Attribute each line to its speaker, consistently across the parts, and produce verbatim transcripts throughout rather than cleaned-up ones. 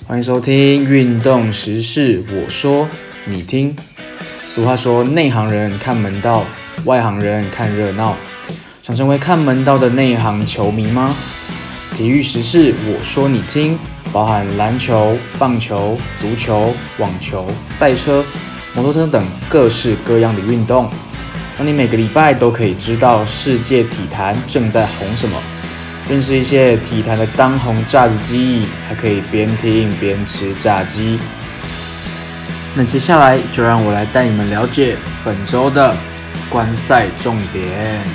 Speaker 1: 欢迎收听运动时事，我说你听。俗话说，内行人看门道，外行人看热闹。想成为看门道的内行球迷吗？体育时事，我说你听，包含篮球、棒球、足球、网球、赛车、摩托车等各式各样的运动，让你每个礼拜都可以知道世界体坛正在红什么，认识一些体坛的当红炸子鸡，还可以边听边吃炸鸡。那接下来就让我来带你们了解本周的观赛重点。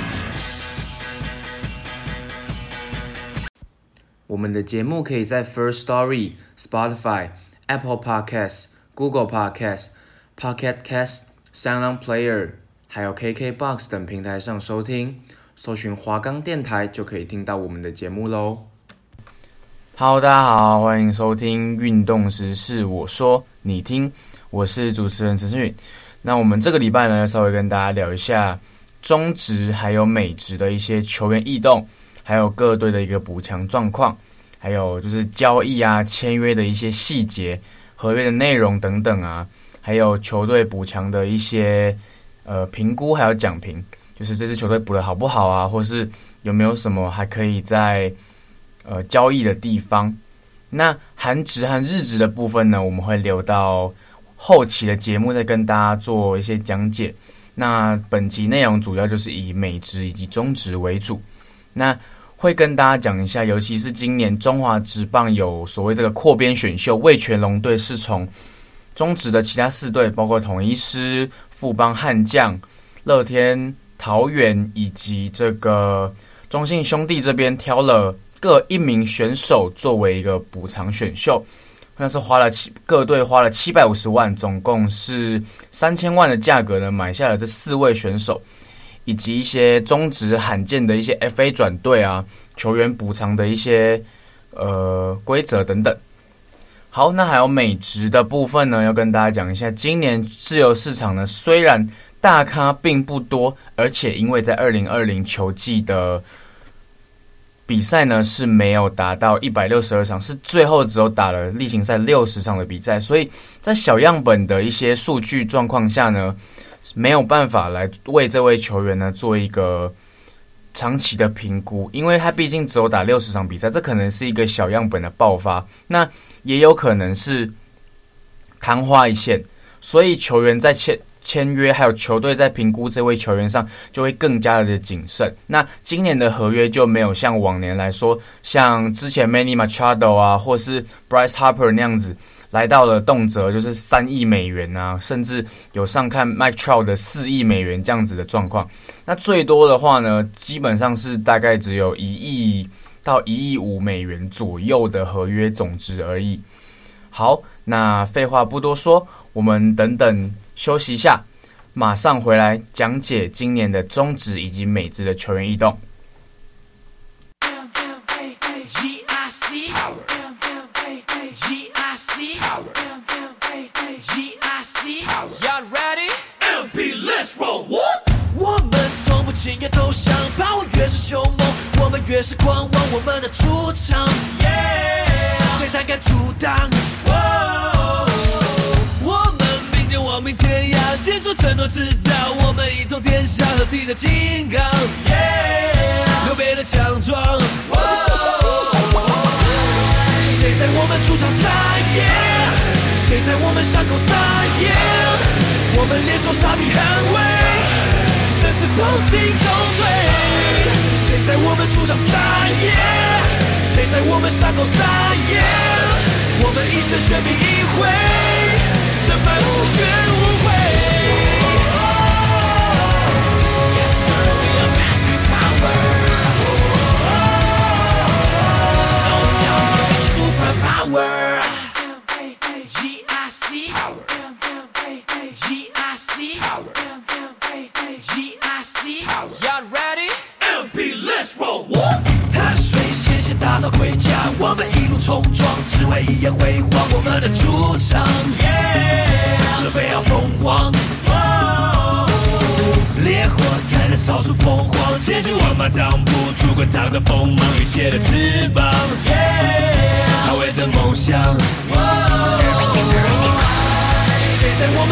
Speaker 1: 我们的节目可以在 First Story、Spotify、Apple Podcasts、Google Podcasts、Pocket Casts、SoundOn Player 还有 K K Box 等平台上收听，搜寻华冈电台就可以听到我们的节目咯。Hello， 大家好，欢迎收听运动时事，我说你听，我是主持人陈世允。那我们这个礼拜呢，稍微跟大家聊一下中职还有美职的一些球员异动，还有各队的一个补强状况，还有就是交易啊、签约的一些细节、合约的内容等等啊，还有球队补强的一些呃评估，还有奖评，就是这支球队补的好不好啊，或是有没有什么还可以在呃交易的地方。那韩职和日职的部分呢，我们会留到后期的节目再跟大家做一些讲解。那本集内容主要就是以美职以及中职为主。那会跟大家讲一下，尤其是今年中华职棒有所谓这个扩编选秀，味全龙队是从中职的其他四队，包括统一狮、富邦悍将、乐天桃园以及这个中信兄弟这边挑了各一名选手作为一个补偿选秀，那是花了各队花了七百五十万，总共是三千万的价格呢，买下了这四位选手，以及一些中职罕见的一些 F A 转队啊，球员补偿的一些呃规则等等。好，那还有美职的部分呢，要跟大家讲一下，今年自由市场呢，虽然大咖并不多，而且因为在二零二零球季的比赛呢是没有达到一百六十二场，是最后只有打了例行赛六十场的比赛，所以在小样本的一些数据状况下呢，没有办法来为这位球员呢做一个长期的评估，因为他毕竟只有打六十场比赛，这可能是一个小样本的爆发，那也有可能是昙花一现，所以球员在签签约还有球队在评估这位球员上就会更加的谨慎。那今年的合约就没有像往年来说，像之前 Manny Machado 啊，或是 Bryce Harper 那样子，来到了动辄就是三亿美元啊，甚至有上看 Mike Trout 的四亿美元这样子的状况。那最多的话呢，基本上是大概只有一亿到一亿五美元左右的合约总值而已。好，那废话不多说，我们等等休息一下，马上回来讲解今年的中职以及美职的球员异动。
Speaker 2: 我们从不轻言投降，把握越是凶猛，我们越是狂妄，我们的出场， yeah! 谁胆敢阻挡？ oh! 我们并肩望明天涯，坚守承诺，直到我们一统天下，合体的金刚， yeah! 刘备的强壮， oh! 谁在我们主场撒野？谁在我们伤口撒野？我们联手杀敌捍卫，生死同进同退。谁在我们主场撒野？谁在我们伤口撒野？我们一生全凭一挥，胜败无怨无悔。Yes sir, we are magic power. No doubt, we are super power. G I C G I C G I C Y'all ready? M P let's roll. 汗水咸咸打造盔甲，我们一路冲撞，只为一夜辉煌我们的主场， yeah! 准备要封王， oh! 烈火才能烧出凤凰，千军万马挡不住滚烫的锋芒，雨鞋的翅膀， yeah! 捍卫着梦想， oh!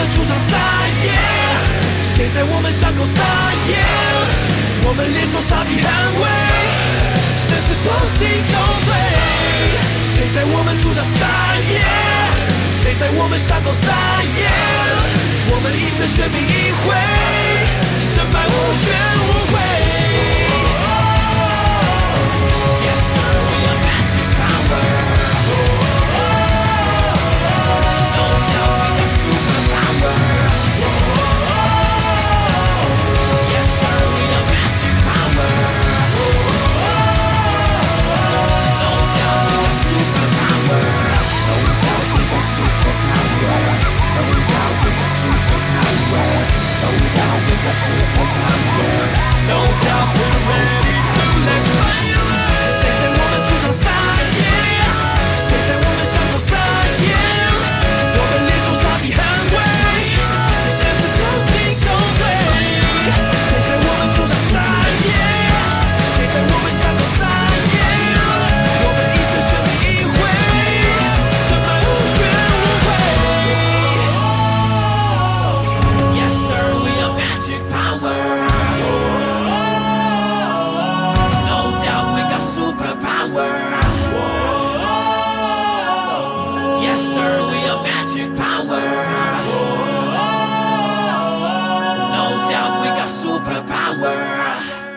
Speaker 2: 主场撒野？谁在我们伤口撒野？我们联手杀敌捍卫，生死同进同退。谁在我们主场撒野？谁在我们伤口撒野？我们一生悬命一挥，胜败无怨无悔。Yes sir, we are magic power. No doubt we got superpower. Yes sir, we are magic power. No doubt we got superpower. No doubt we got superpower. No doubt we got superpower. No doubt we got superpower. No doubt we're ready to let's play. 谁在我们主场撒野？谁在我们伤口撒野？我们联手杀敌捍卫，生死同进同退。谁在我们主场撒野？谁在我们伤口撒野？我们一生悬命一挥，胜败无怨无悔。Yes sir, we are magic power. No doubt we got superpower. Yes sir, we are magic power. No doubt we got superpower.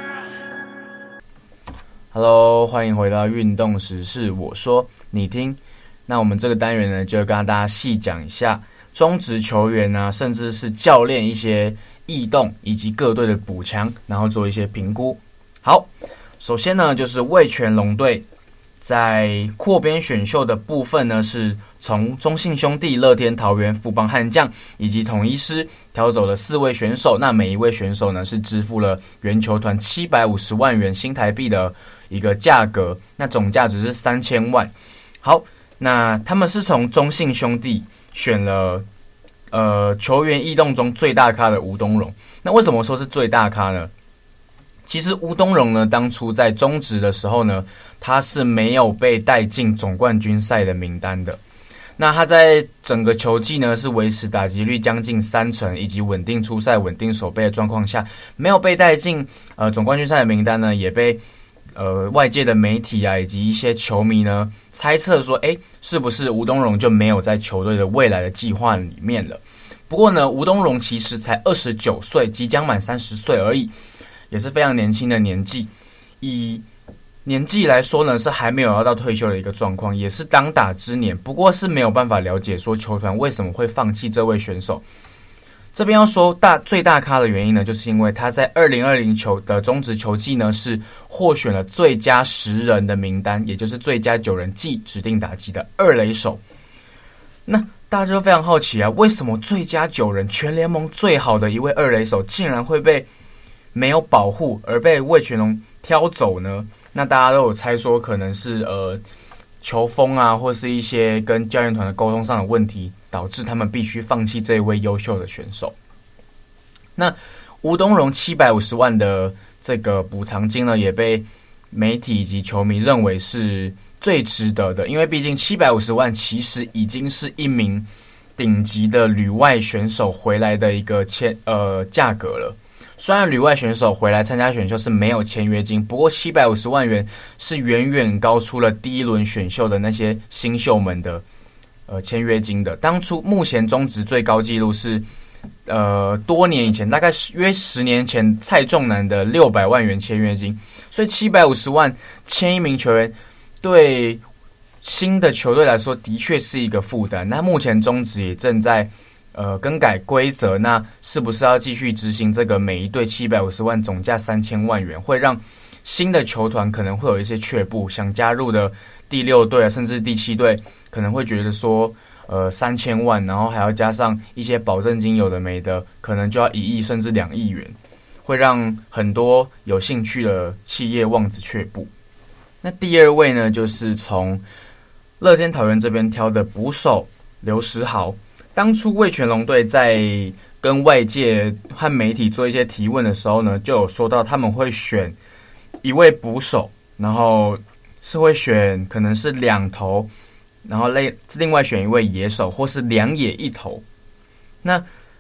Speaker 1: Hello， 欢迎回到运动时事，我说你听。那我们这个单元呢，就跟大家细讲一下中职球员啊，甚至是教练一些异动，以及各队的补强，然后做一些评估。好，首先呢，就是味全龙队在扩编选秀的部分呢，是从中信兄弟、乐天桃园、富邦悍将以及统一狮挑走了四位选手。那每一位选手呢，是支付了原球团七百五十万元新台币的一个价格，那总价值是三千万。好，那他们是从中信兄弟选了呃球员异动中最大咖的吴东荣。那为什么说是最大咖呢？其实吴东荣呢，当初在中职的时候呢，他是没有被带进总冠军赛的名单的。那他在整个球季呢，是维持打击率将近三成，以及稳定出赛、稳定守备的状况下，没有被带进呃总冠军赛的名单呢，也被呃外界的媒体啊以及一些球迷呢猜测说，哎，是不是吴东荣就没有在球队的未来的计划里面了？不过呢，吴东荣其实才二十九岁，即将满三十岁而已，也是非常年轻的年纪。以年纪来说呢，是还没有要到退休的一个状况，也是当打之年。不过是没有办法了解说球团为什么会放弃这位选手。这边要说大最大咖的原因呢，就是因为他在二零二零球的中职球季呢，是获选了最佳十人的名单，也就是最佳九人季指定打击的二垒手。那大家就非常好奇啊，为什么最佳九人全联盟最好的一位二垒手竟然会被没有保护而被味全龙挑走呢？那大家都有猜说可能是呃球风啊，或是一些跟教练团的沟通上的问题，导致他们必须放弃这一位优秀的选手。那吴东荣七百五十万的这个补偿金呢，也被媒体以及球迷认为是最值得的，因为毕竟七百五十万其实已经是一名顶级的旅外选手回来的一个签呃价格了。虽然旅外选手回来参加选秀是没有签约金，不过七百五十万元是远远高出了第一轮选秀的那些新秀们的呃签约金的。当初目前中职最高纪录是呃多年以前，大概约十年前蔡仲南的六百万元签约金，所以七百五十万签一名球员，对新的球队来说的确是一个负担。那目前中职也正在呃，更改规则，那是不是要继续执行这个每一队七百五十万总价三千万元，会让新的球团可能会有一些却步，想加入的第六队啊，甚至第七队可能会觉得说，呃，三千万，然后还要加上一些保证金，有的没的，可能就要一亿甚至两亿元，会让很多有兴趣的企业望之却步。那第二位呢，就是从乐天桃园这边挑的捕手刘时豪。当初味全龙队在跟外界和媒体做一些提问的时候呢，就有说到他们会选一位捕手，然后是会选可能是两投，然后另外选一位野手，或是两野一投。那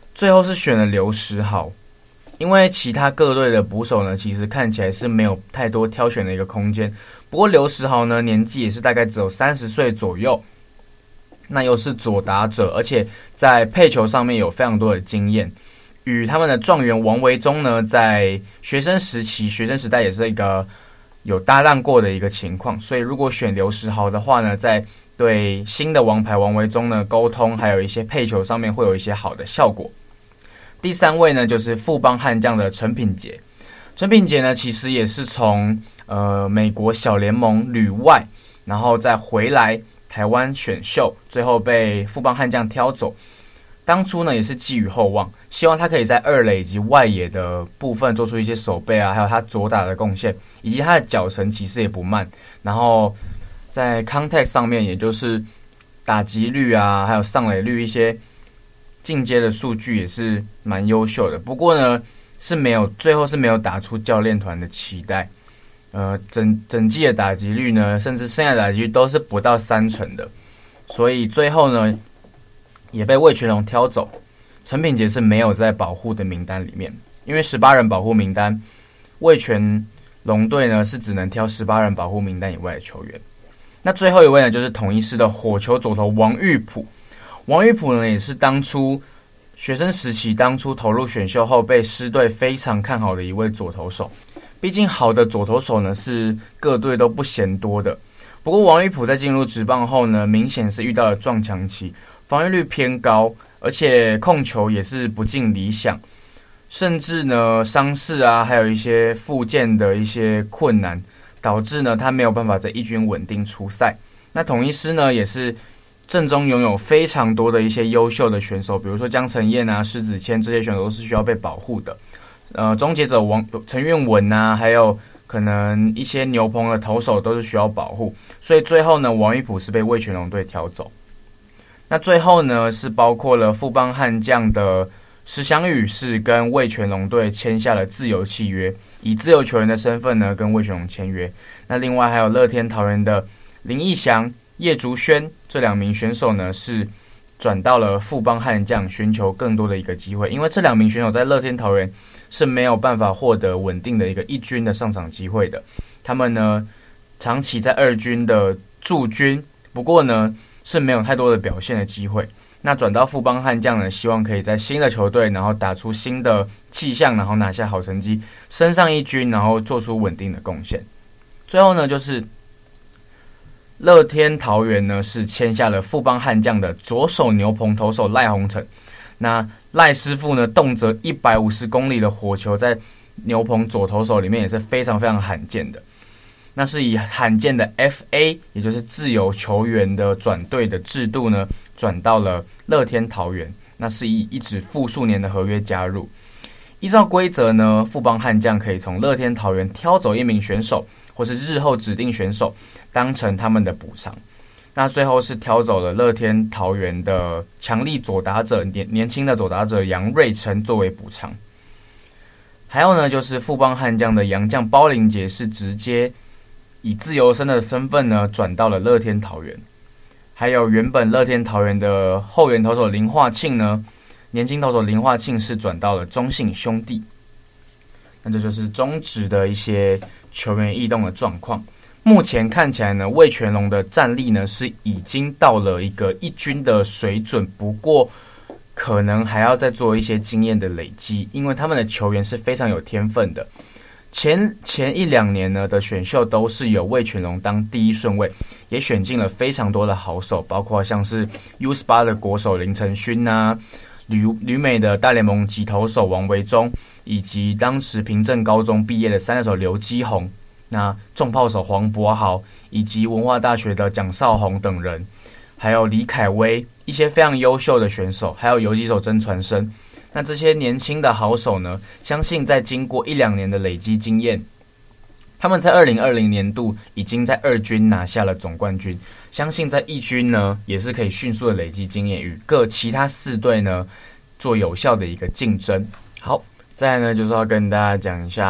Speaker 1: 最后是选了刘时豪，因为其他各队的捕手呢，其实看起来是没有太多挑选的一个空间。不过刘时豪呢，年纪也是大概只有三十岁左右，那又是左打者，而且在配球上面有非常多的经验。与他们的状元王维忠呢，在学生时期、学生时代也是一个有搭档过的一个情况，所以如果选刘时豪的话呢，在对新的王牌王维忠呢沟通，还有一些配球上面会有一些好的效果。第三位呢，就是富邦悍将的陈品杰。陈品杰呢，其实也是从呃美国小联盟旅外，然后再回来台湾选秀，最后被富邦悍将挑走。当初呢，也是寄予厚望，希望他可以在二垒以及外野的部分做出一些守备啊，还有他左打的贡献，以及他的脚程其实也不慢。然后在 contact 上面，也就是打击率啊，还有上垒率一些进阶的数据也是蛮优秀的。不过呢，是没有最后是没有打出教练团的期待。呃，整整季的打击率呢，甚至剩下的打击率都是不到三成的，所以最后呢，也被味全龙挑走。陈品杰是没有在保护的名单里面，因为十八人保护名单，味全龙队呢是只能挑十八人保护名单以外的球员。那最后一位呢，就是统一狮的火球左投王玉普。王玉普呢，也是当初学生时期当初投入选秀后被狮队非常看好的一位左投手。毕竟好的左投手呢是各队都不嫌多的。不过王玉普在进入职棒后呢，明显是遇到了撞墙期，防御率偏高，而且控球也是不尽理想，甚至呢伤势啊，还有一些复健的一些困难，导致呢他没有办法在一军稳定出赛。那统一狮呢也是阵中拥有非常多的一些优秀的选手，比如说江承彦啊、施子谦这些选手都是需要被保护的。呃，终结者王陈运文啊，还有可能一些牛棚的投手都是需要保护，所以最后呢，王玉普是被味全龙队挑走。那最后呢，是包括了富邦悍将的石翔宇是跟味全龙队签下了自由契约，以自由球员的身份呢跟味全龙签约。那另外还有乐天桃园的林义祥、叶竹轩这两名选手呢是转到了富邦悍将，寻求更多的一个机会，因为这两名选手在乐天桃园是没有办法获得稳定的一个一军的上场机会的。他们呢长期在二军的驻军，不过呢是没有太多的表现的机会。那转到富邦悍将呢，希望可以在新的球队，然后打出新的气象，然后拿下好成绩，升上一军，然后做出稳定的贡献。最后呢，就是乐天桃园呢是签下了富邦悍将的左手牛棚投手赖鸿成。那赖师傅呢，动辄一百五十公里的火球，在牛棚左投手里面也是非常非常罕见的。那是以罕见的 F A， 也就是自由球员的转队的制度呢，转到了乐天桃园。那是以一纸复数年的合约加入。依照规则呢，富邦悍将可以从乐天桃园挑走一名选手，或是日后指定选手，当成他们的补偿。那最后是挑走了乐天桃园的强力左打者，年年轻的左打者杨瑞成作为补偿。还有呢，就是富邦悍将的洋将包林杰是直接以自由身的身份呢转到了乐天桃园。还有原本乐天桃园的后援投手林化庆呢，年轻投手林化庆是转到了中信兄弟。那这就是中职的一些球员异动的状况。目前看起来呢，味全龙的战力呢是已经到了一个一军的水准，不过可能还要再做一些经验的累积，因为他们的球员是非常有天分的。前前一两年呢的选秀都是有味全龙当第一顺位，也选进了非常多的好手，包括像是 U 十八 的国手林承勋啊，旅旅美的大联盟籍投手王维忠，以及当时平镇高中毕业的三垒手刘基宏，那重炮手黄博豪，以及文化大学的蒋少宏等人，还有李凯威，一些非常优秀的选手，还有游击手曾传生。那这些年轻的好手呢，相信在经过一两年的累积经验，他们在二零二零年度已经在二军拿下了总冠军，相信在一军呢也是可以迅速的累积经验，与各其他四队呢做有效的一个竞争。好，再来呢就是要跟大家讲一下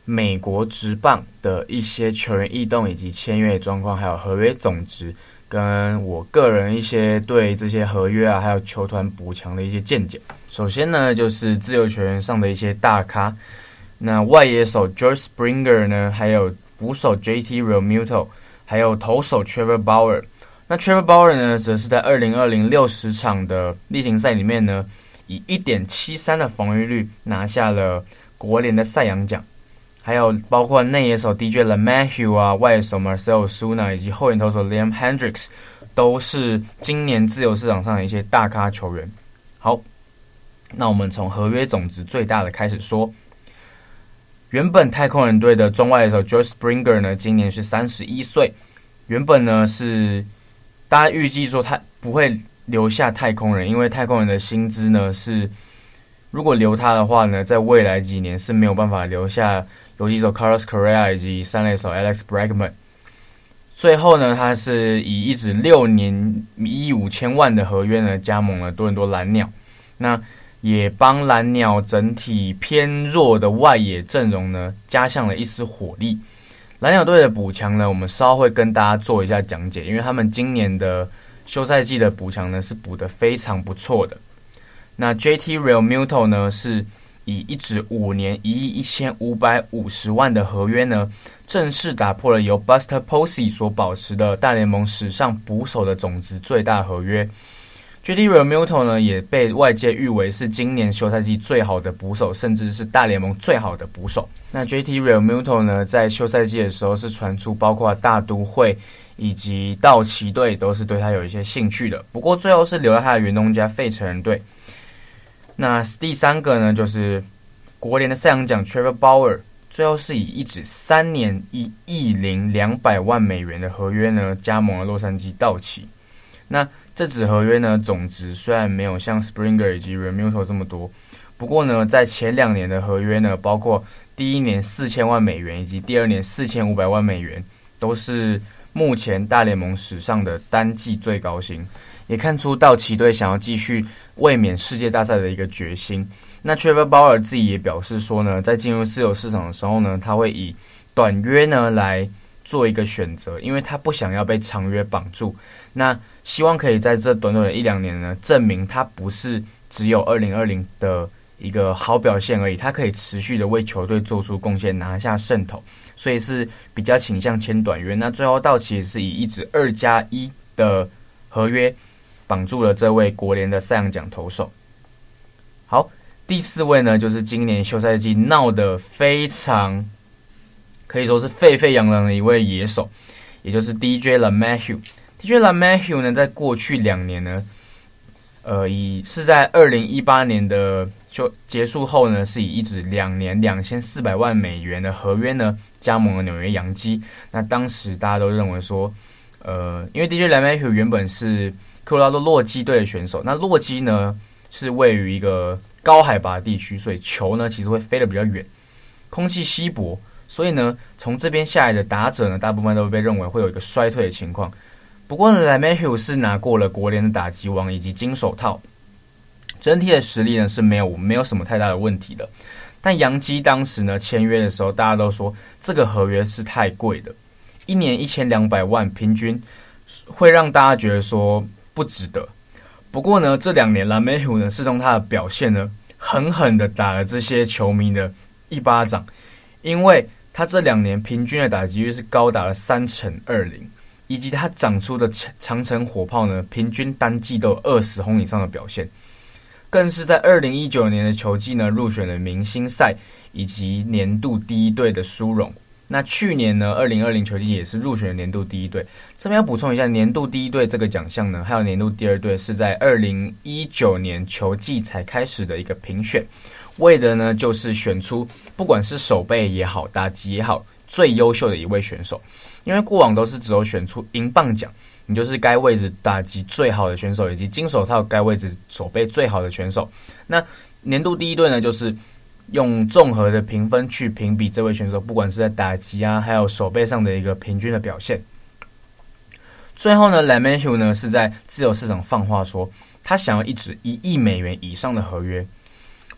Speaker 1: 美国职棒的一些球员异动以及签约状况，还有合约总值，跟我个人一些对这些合约啊，还有球团补强的一些见解。首先呢，就是自由球员上的一些大咖，那外野手 George Springer 呢，还有捕手 J T Realmuto， 还有投手 Trevor Bauer。那 Trevor Bauer 呢，则是在二零二零六十场的例行赛里面呢，以 一点七三 的防御率拿下了国联的赛扬奖。还有包括内野手 D J LeMahieu 啊，外野手 Marcell Ozuna 以及后援投手 Liam Hendriks 都是今年自由市场上的一些大咖球员。好，那我们从合约总值最大的开始说。原本太空人队的中外野手 George Springer 呢，今年是三十一岁，原本呢是大家预计说他不会留下太空人，因为太空人的薪资呢是。如果留他的话呢，在未来几年是没有办法留下游击手 Carlos Correa 以及三垒手 Alex Bregman。最后呢，他是以一纸六年一亿五千万的合约呢，加盟了多伦多蓝鸟。那也帮蓝鸟整体偏弱的外野阵容呢，加上了一丝火力。蓝鸟队的补强呢，我们稍后会跟大家做一下讲解，因为他们今年的休赛季的补强呢，是补得非常不错的。那 J T Realmuto 呢，是以一纸五年一亿一千五百五十万的合约呢，正式打破了由 Buster Posey 所保持的大联盟史上捕手的总值最大合约。J T Realmuto 呢，也被外界誉为是今年休赛季最好的捕手，甚至是大联盟最好的捕手。那 J T Realmuto 呢，在休赛季的时候是传出包括大都会以及道奇队都是对他有一些兴趣的，不过最后是留在他的原东家费城人队。那第三个呢，就是国联的赛扬奖 Trevor Bauer， 最后是以一纸三年一亿零两百万美元的合约呢，加盟了洛杉矶道奇。那这纸合约呢，总值虽然没有像 Springer 以及 Realmuto 这么多，不过呢，在前两年的合约呢，包括第一年四千万美元以及第二年四千五百万美元，都是目前大联盟史上的单季最高薪。也看出道奇队想要继续卫冕世界大赛的一个决心。那 Trevor Bauer 自己也表示说呢，在进入自由市场的时候呢，他会以短约呢来做一个选择，因为他不想要被长约绑住。那希望可以在这短短的一两年呢，证明他不是只有二零二零的一个好表现而已，他可以持续的为球队做出贡献，拿下胜投，所以是比较倾向签短约。那最后道奇也是以一支二加一的合约绑住了这位国联的赛扬奖投手。好，第四位呢，就是今年休赛季闹得非常可以说是沸沸扬扬的一位野手，也就是 D J LeMahieu。D J LeMahieu 呢，在过去两年呢，呃，以是在二零一八年的就结束后呢，是以一纸两年两千四百万美元的合约呢，加盟了纽约洋基。那当时大家都认为说，呃，因为 D J LeMahieu 原本是科罗拉多洛基队的选手，那洛基呢是位于一个高海拔地区，所以球呢其实会飞得比较远，空气稀薄，所以呢从这边下来的打者呢，大部分都被认为会有一个衰退的情况。不过呢 LeMahieu 是拿过了国联的打击王以及金手套，整体的实力呢是没有没有什么太大的问题的。但洋基当时呢签约的时候，大家都说这个合约是太贵的，一年一千两百万，平均会让大家觉得说不值得。不过呢，这两年 LeMahieu 呢是用他的表现呢，狠狠的打了这些球迷的一巴掌，因为他这两年平均的打击率是高达了三乘二零，以及他长出的长程火炮呢，平均单季都有二十轰以上的表现，更是在二零一九年的球季呢入选了明星赛以及年度第一队的殊荣。那去年呢，二零二零球季也是入选了年度第一队。这边要补充一下，年度第一队这个奖项呢，还有年度第二队是在二零一九年球季才开始的一个评选，为的呢就是选出不管是守备也好，打击也好，最优秀的一位选手。因为过往都是只有选出银棒奖，你就是该位置打击最好的选手，以及金手套该位置守备最好的选手。那年度第一队呢，就是用综合的评分去评比这位选手，不管是在打击啊，还有守备上的一个平均的表现。最后呢 LeMahieu 呢是在自由市场放话说，他想要一纸一亿美元以上的合约。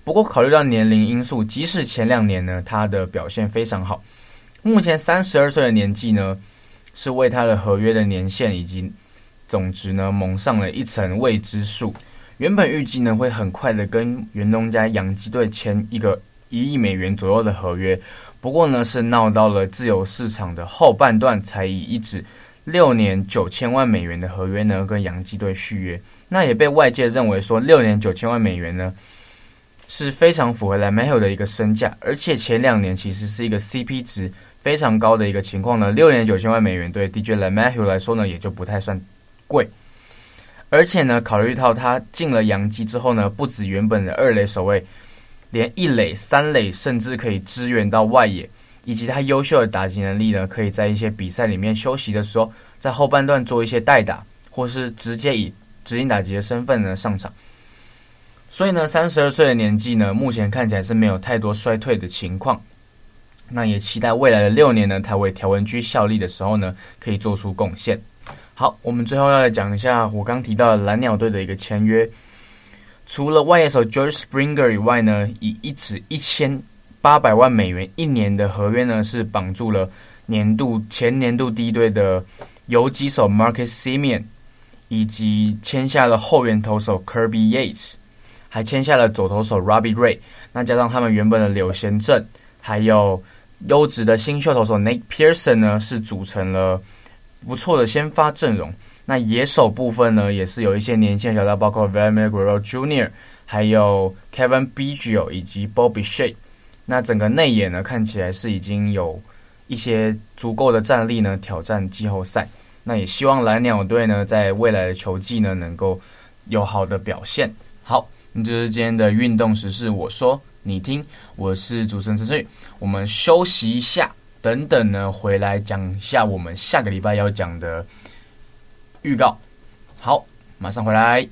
Speaker 1: 不过考虑到年龄因素，即使前两年呢他的表现非常好，目前三十二岁的年纪呢，是为他的合约的年限以及总值呢蒙上了一层未知数。原本预计呢会很快的跟原东家洋基队签一个一亿美元左右的合约，不过呢是闹到了自由市场的后半段，才以一纸六年九千万美元的合约呢跟洋基队续约。那也被外界认为说六年九千万美元呢是非常符合 LeMahieu 的一个身价，而且前两年其实是一个 C P 值非常高的一个情况呢，六年九千万美元对 D J LeMahieu 来说呢也就不太算贵。而且呢，考虑到他进了洋基之后呢，不止原本的二垒守卫，连一垒、三垒甚至可以支援到外野，以及他优秀的打击能力呢，可以在一些比赛里面休息的时候，在后半段做一些代打，或是直接以指定打击的身份呢上场。所以呢，三十二岁的年纪呢，目前看起来是没有太多衰退的情况。那也期待未来的六年呢，他为条纹居效力的时候呢，可以做出贡献。好，我们最后要来讲一下我刚提到的蓝鸟队的一个签约。除了外野手 George Springer 以外呢，以一纸一千八百万美元一年的合约呢，是绑住了年度前年度第一队的游击手 Marcus Semien， 以及签下了后援投手 Kirby Yates， 还签下了左投手 Robbie Ray。那加上他们原本的柳贤镇，还有优质的新秀投手 Nate Pearson 呢，是组成了不错的先发阵容。那野手部分呢，也是有一些年轻的小将，包括 Vladimir Guerrero Junior， 还有 Kevin Biggio 以及 Bobby Shea。那整个内野呢，看起来是已经有一些足够的战力呢，挑战季后赛。那也希望蓝鸟队呢，在未来的球季呢，能够有好的表现。好，那就是今天的运动时事，我说你听，我是主持人陈胜宇。我们休息一下，等等呢，回来讲一下我们下个礼拜要讲的预告。好，马上回来。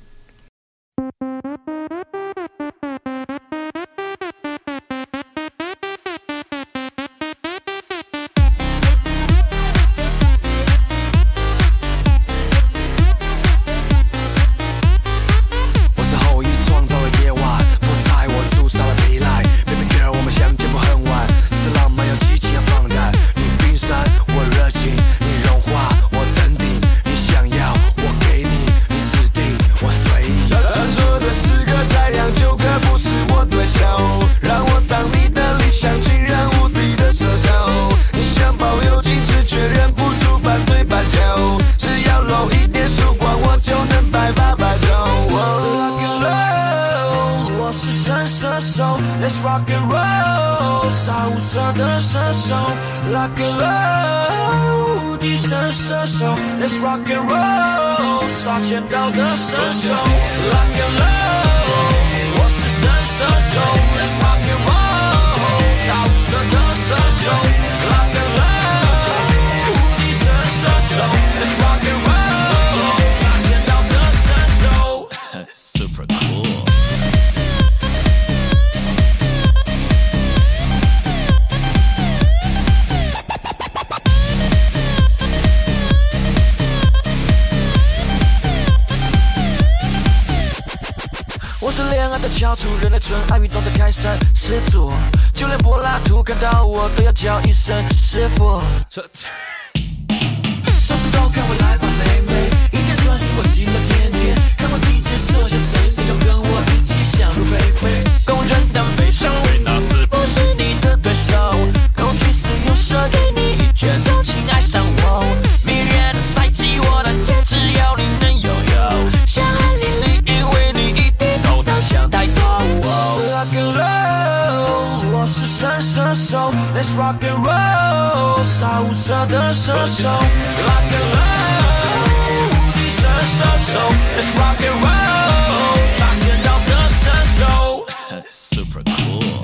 Speaker 2: 我是后羿创造的夜晚，不猜我铸杀了未来。Baby girl， 我们相见不很晚，是浪漫又激情要放胆。你冰山，我热情，你融化，我登顶。你想要，我给你，你指定，我随你。传说的十个太阳，九个不是我对手，让我当你的理想，竟然无敌的射手。你想保有矜持，却忍不住半推半就，只要露一点曙光，我就能百发百中。Rock and roll， 我是神射手 ，Let's rock and roll， 杀无赦的射手 ，Rock and roll， 地神射手 ，Let's rock and roll， 杀千刀的射手 ，Rock and roll， 我是神射手 ，Let's rock and roll， 杀无赦的射手 ，Rock and roll， 地神射手 ，Let's rock and roll， 杀千刀的射手 ，Super cool。我是恋爱的翘楚，人类纯爱运动的开山始祖，就连柏拉图看到我都要叫一声师傅。上次都看我来吧妹妹，一见专心我进了甜点，看我提前设下谁谁要跟我一起想入非非，公认但悲伤，那是不是你的对手？空气似用射给你一拳，就请爱上我。迷人的赛季，我的天，只要你能拥有，像汗淋漓，因为你一点都当想太多。Rock and roll， 我是神射手 ，Let's rock and roll， 杀无赦的射手 ，Rock and roll， 地神射手 ，Let's rock and roll， 杀千刀的射手 ，Super cool。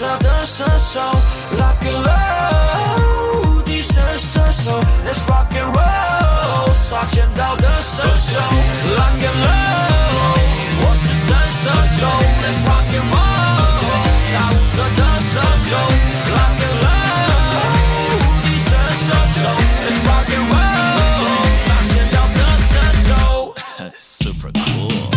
Speaker 2: 到的射手 ，Lock and load， 地神射手 ，Let's rock and roll， 杀千刀的射手 ，Lock and load， 我是神射手 ，Let's rock and roll， 杀无赦的射手 ，Lock and load， 地神射手 ，Let's rock and roll， 杀千刀的射手 ，Super cool。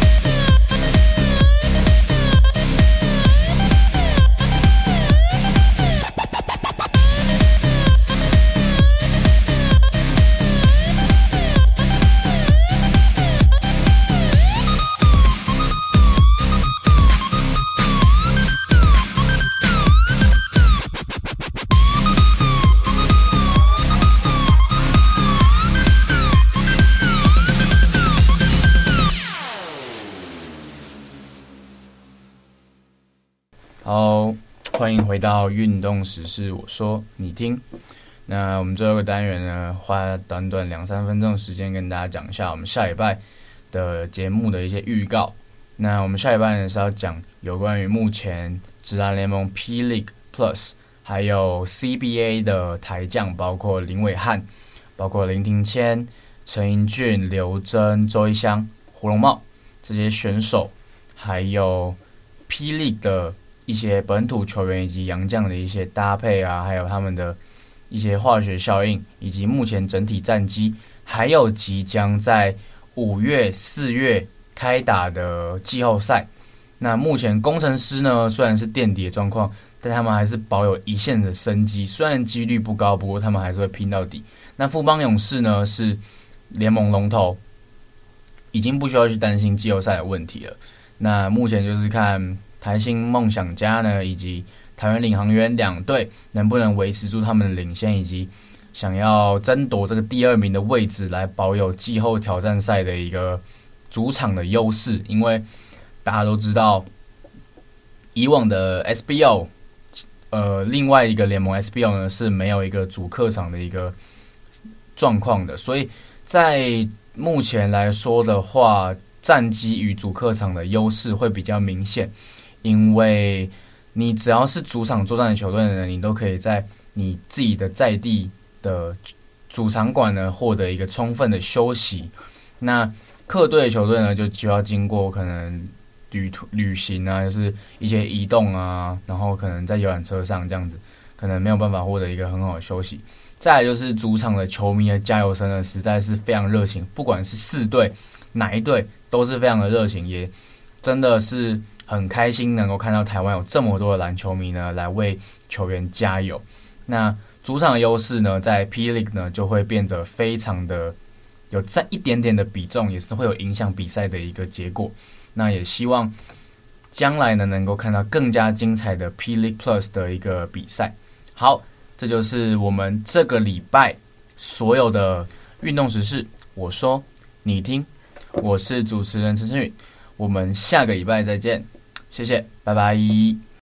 Speaker 1: 好，欢迎回到运动时事，我说你听。那我们最后一个单元呢，花短短两三分钟的时间跟大家讲一下我们下礼拜的节目的一些预告。那我们下礼拜呢是要讲有关于目前职篮联盟 P League Plus 还有 C B A 的台将，包括林伟汉、包括林庭谦、陈英俊、刘铮、周一翔、胡龙茂这些选手，还有 P League 的一些本土球员以及洋将的一些搭配啊，还有他们的一些化学效应，以及目前整体战绩，还有即将在五月、四月开打的季后赛。那目前工程师呢，虽然是垫底的状况，但他们还是保有一线的生机，虽然几率不高，不过他们还是会拼到底。那富邦勇士呢，是联盟龙头，已经不需要去担心季后赛的问题了。那目前就是看台新梦想家呢，以及台湾领航员两队能不能维持住他们的领先，以及想要争夺这个第二名的位置，来保有季后挑战赛的一个主场的优势。因为大家都知道，以往的 S B O， 呃，另外一个联盟 S B O 呢是没有一个主客场的一个状况的，所以在目前来说的话，战绩与主客场的优势会比较明显。因为你只要是主场作战的球队呢，你都可以在你自己的在地的主场馆呢获得一个充分的休息。那客队的球队呢，就就要经过可能旅旅行啊，就是一些移动啊，然后可能在游览车上这样子，可能没有办法获得一个很好的休息。再来就是主场的球迷的加油声呢，实在是非常热情，不管是四队哪一队都是非常的热情，也真的是很开心能够看到台湾有这么多的篮球迷呢来为球员加油。那主场的优势呢，在 P League 呢就会变得非常的有占一点点的比重，也是会有影响比赛的一个结果。那也希望将来呢能够看到更加精彩的 P League Plus 的一个比赛。好，这就是我们这个礼拜所有的运动时事，我说你听，我是主持人陈诗允，我们下个礼拜再见，谢谢，拜拜。